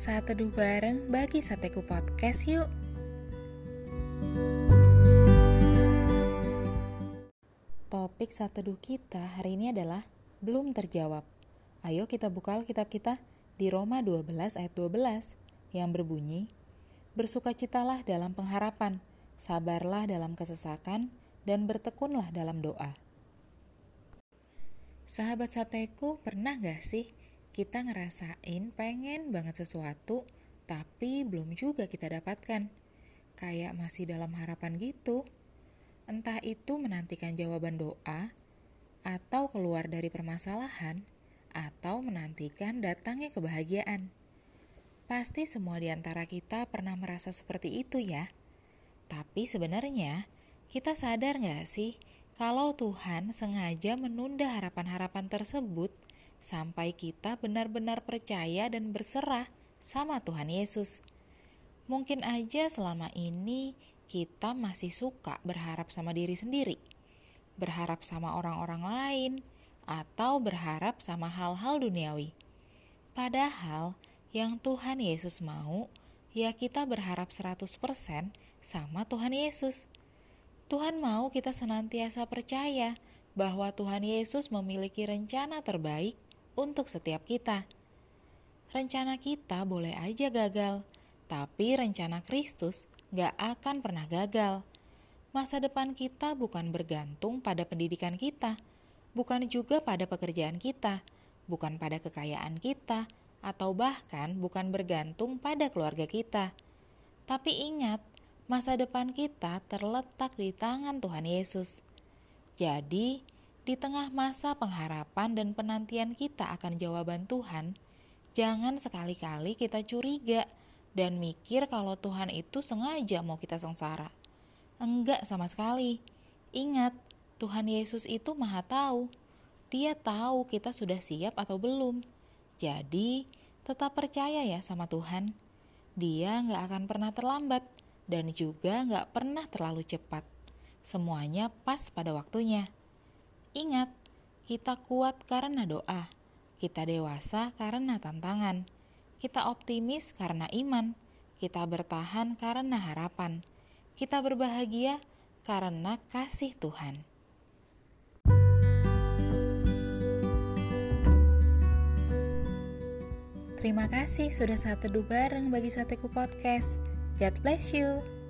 Saat teduh bareng bagi Sateku Podcast yuk. Topik saat teduh kita hari ini adalah belum terjawab. Ayo kita buka Alkitab kita di Roma 12 ayat 12 yang berbunyi, bersukacitalah dalam pengharapan, sabarlah dalam kesesakan, dan bertekunlah dalam doa. Sahabat Sateku, pernah gak sih kita ngerasain pengen banget sesuatu, tapi belum juga kita dapatkan? Kayak masih dalam harapan gitu. Entah itu menantikan jawaban doa, atau keluar dari permasalahan, atau menantikan datangnya kebahagiaan. Pasti semua di antara kita pernah merasa seperti itu ya. Tapi sebenarnya, kita sadar gak sih kalau Tuhan sengaja menunda harapan-harapan tersebut sampai kita benar-benar percaya dan berserah sama Tuhan Yesus. Mungkin aja selama ini kita masih suka berharap sama diri sendiri, berharap sama orang-orang lain, atau berharap sama hal-hal duniawi. Padahal yang Tuhan Yesus mau, ya kita berharap 100% sama Tuhan Yesus. Tuhan mau kita senantiasa percaya bahwa Tuhan Yesus memiliki rencana terbaik untuk setiap kita. Rencana kita boleh aja gagal, tapi rencana Kristus gak akan pernah gagal. Masa depan kita bukan bergantung pada pendidikan kita, bukan juga pada pekerjaan kita, bukan pada kekayaan kita, atau bahkan bukan bergantung pada keluarga kita. Tapi ingat, masa depan kita terletak di tangan Tuhan Yesus. Jadi, di tengah masa pengharapan dan penantian kita akan jawaban Tuhan, jangan sekali-kali kita curiga dan mikir kalau Tuhan itu sengaja mau kita sengsara. Enggak sama sekali. Ingat, Tuhan Yesus itu Maha Tahu. Dia tahu kita sudah siap atau belum. Jadi, tetap percaya ya sama Tuhan. Dia gak akan pernah terlambat dan juga gak pernah terlalu cepat. Semuanya pas pada waktunya. Ingat, kita kuat karena doa, kita dewasa karena tantangan, kita optimis karena iman, kita bertahan karena harapan, kita berbahagia karena kasih Tuhan. Terima kasih sudah saat teduh bareng bagi Sateku Podcast. God bless you.